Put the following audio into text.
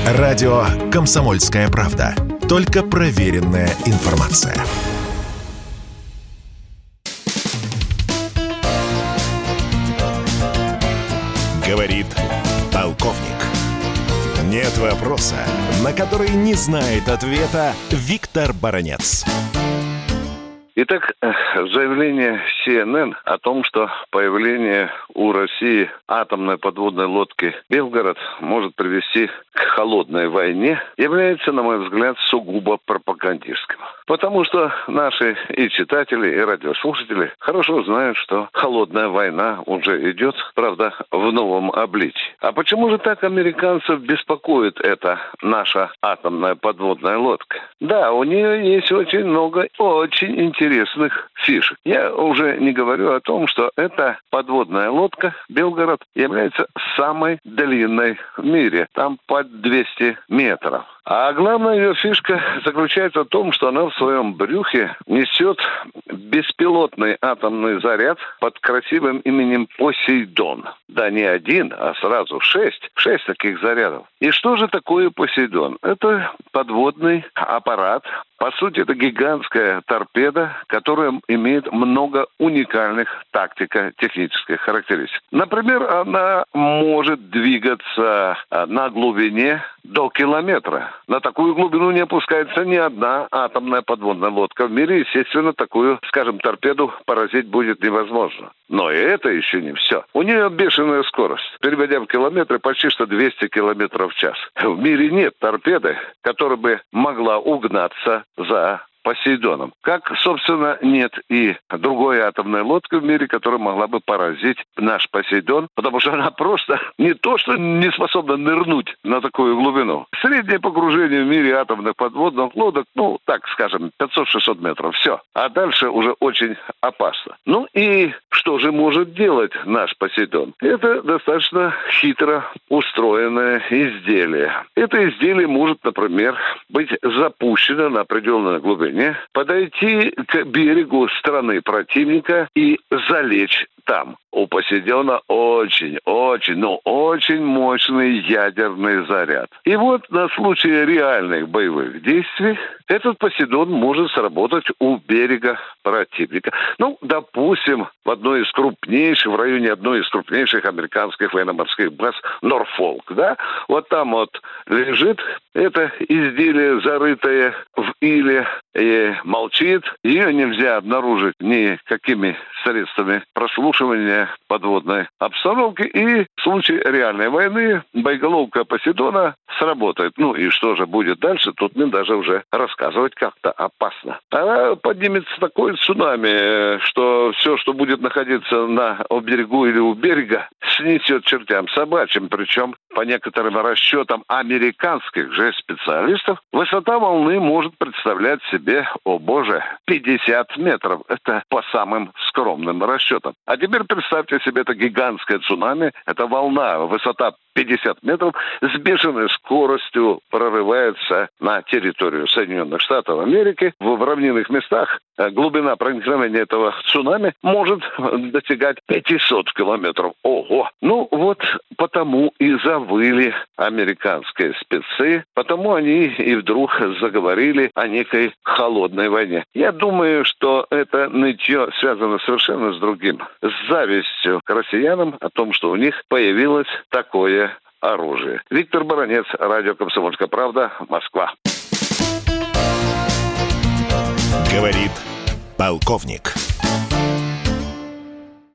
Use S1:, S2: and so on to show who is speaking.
S1: Радио «Комсомольская правда». Только проверенная информация. Говорит полковник. Нет вопроса, на который не знает ответа Виктор Баранец.
S2: Итак, заявление CNN о том, что появление у России атомной подводной лодки «Белгород» может привести к холодной войне, является, на мой взгляд, сугубо пропагандистским. Потому что наши и читатели, и радиослушатели хорошо знают, что холодная война уже идет, правда, в новом обличии. А почему же так американцев беспокоит эта наша атомная подводная лодка? Да, у нее есть очень много очень интересных фишек. Я уже не говорю о том, что эта подводная лодка «Белгород» является самой длинной в мире. Там под 200 метров. А главная ее фишка заключается в том, что она в своем брюхе несет беспилотный атомный заряд под красивым именем «Посейдон». Да не один, а сразу 6. 6 таких зарядов. И что же такое «Посейдон»? Это подводный аппарат. По сути, это гигантская торпеда, которая имеет много уникальных тактико-технических характеристик. Например, она может двигаться на глубине до километра. На такую глубину не опускается ни одна атомная подводная лодка в мире. Естественно, такую, скажем, торпеду поразить будет невозможно. Но и это еще не все. У нее бешеная скорость. Переводя в километры, почти что 200 километров в час. В мире нет торпеды, которая бы могла угнаться за Посейдоном. Как, собственно, нет и другой атомной лодки в мире, которая могла бы поразить наш Посейдон, потому что она просто не то, что не способна нырнуть на такую глубину. Среднее погружение в мире атомных подводных лодок, так скажем, 500-600 метров. Все. А дальше уже очень опасно. И что же может делать наш Посейдон? Это достаточно хитро устроенное изделие. Это изделие может, например, быть запущено на определенной глубине, подойти к берегу страны противника и залечь там. У Посейдона очень мощный ядерный заряд. И вот на случай реальных боевых действий этот Посейдон может сработать у берега противника. Допустим, в районе одной из крупнейших американских военно-морских баз Норфолк, да? Вот там вот лежит это изделие, зарытое в иле, и молчит. Ее нельзя обнаружить никакими средствами прослушивания подводной обстановки. И в случае реальной войны боеголовка Посейдона сработает. И что же будет дальше, тут мне даже уже рассказывать как-то опасно. Она поднимется такое цунами, что все, что будет находиться на берегу или у берега, снесет чертям собачьим. Причем, по некоторым расчетам американских же специалистов, высота волны может представлять себе, 50 метров. Это по самым скромным расчетам. А теперь представьте себе, это гигантское цунами, это волна, высота 50 метров, с бешеной скоростью прорывается на территорию Соединенных Штатов Америки. В равнинных местах глубина проникновения этого цунами может достигать 500 километров. Ого! Потому и завыли американские спецы, потому они и вдруг заговорили о некой холодной войне. Я думаю, что это нытье связано совершенно с другим. С завистью к россиянам о том, что у них появилось такое оружие. Виктор Баранец, радио «Комсомольская правда», Москва.
S1: Говорит полковник.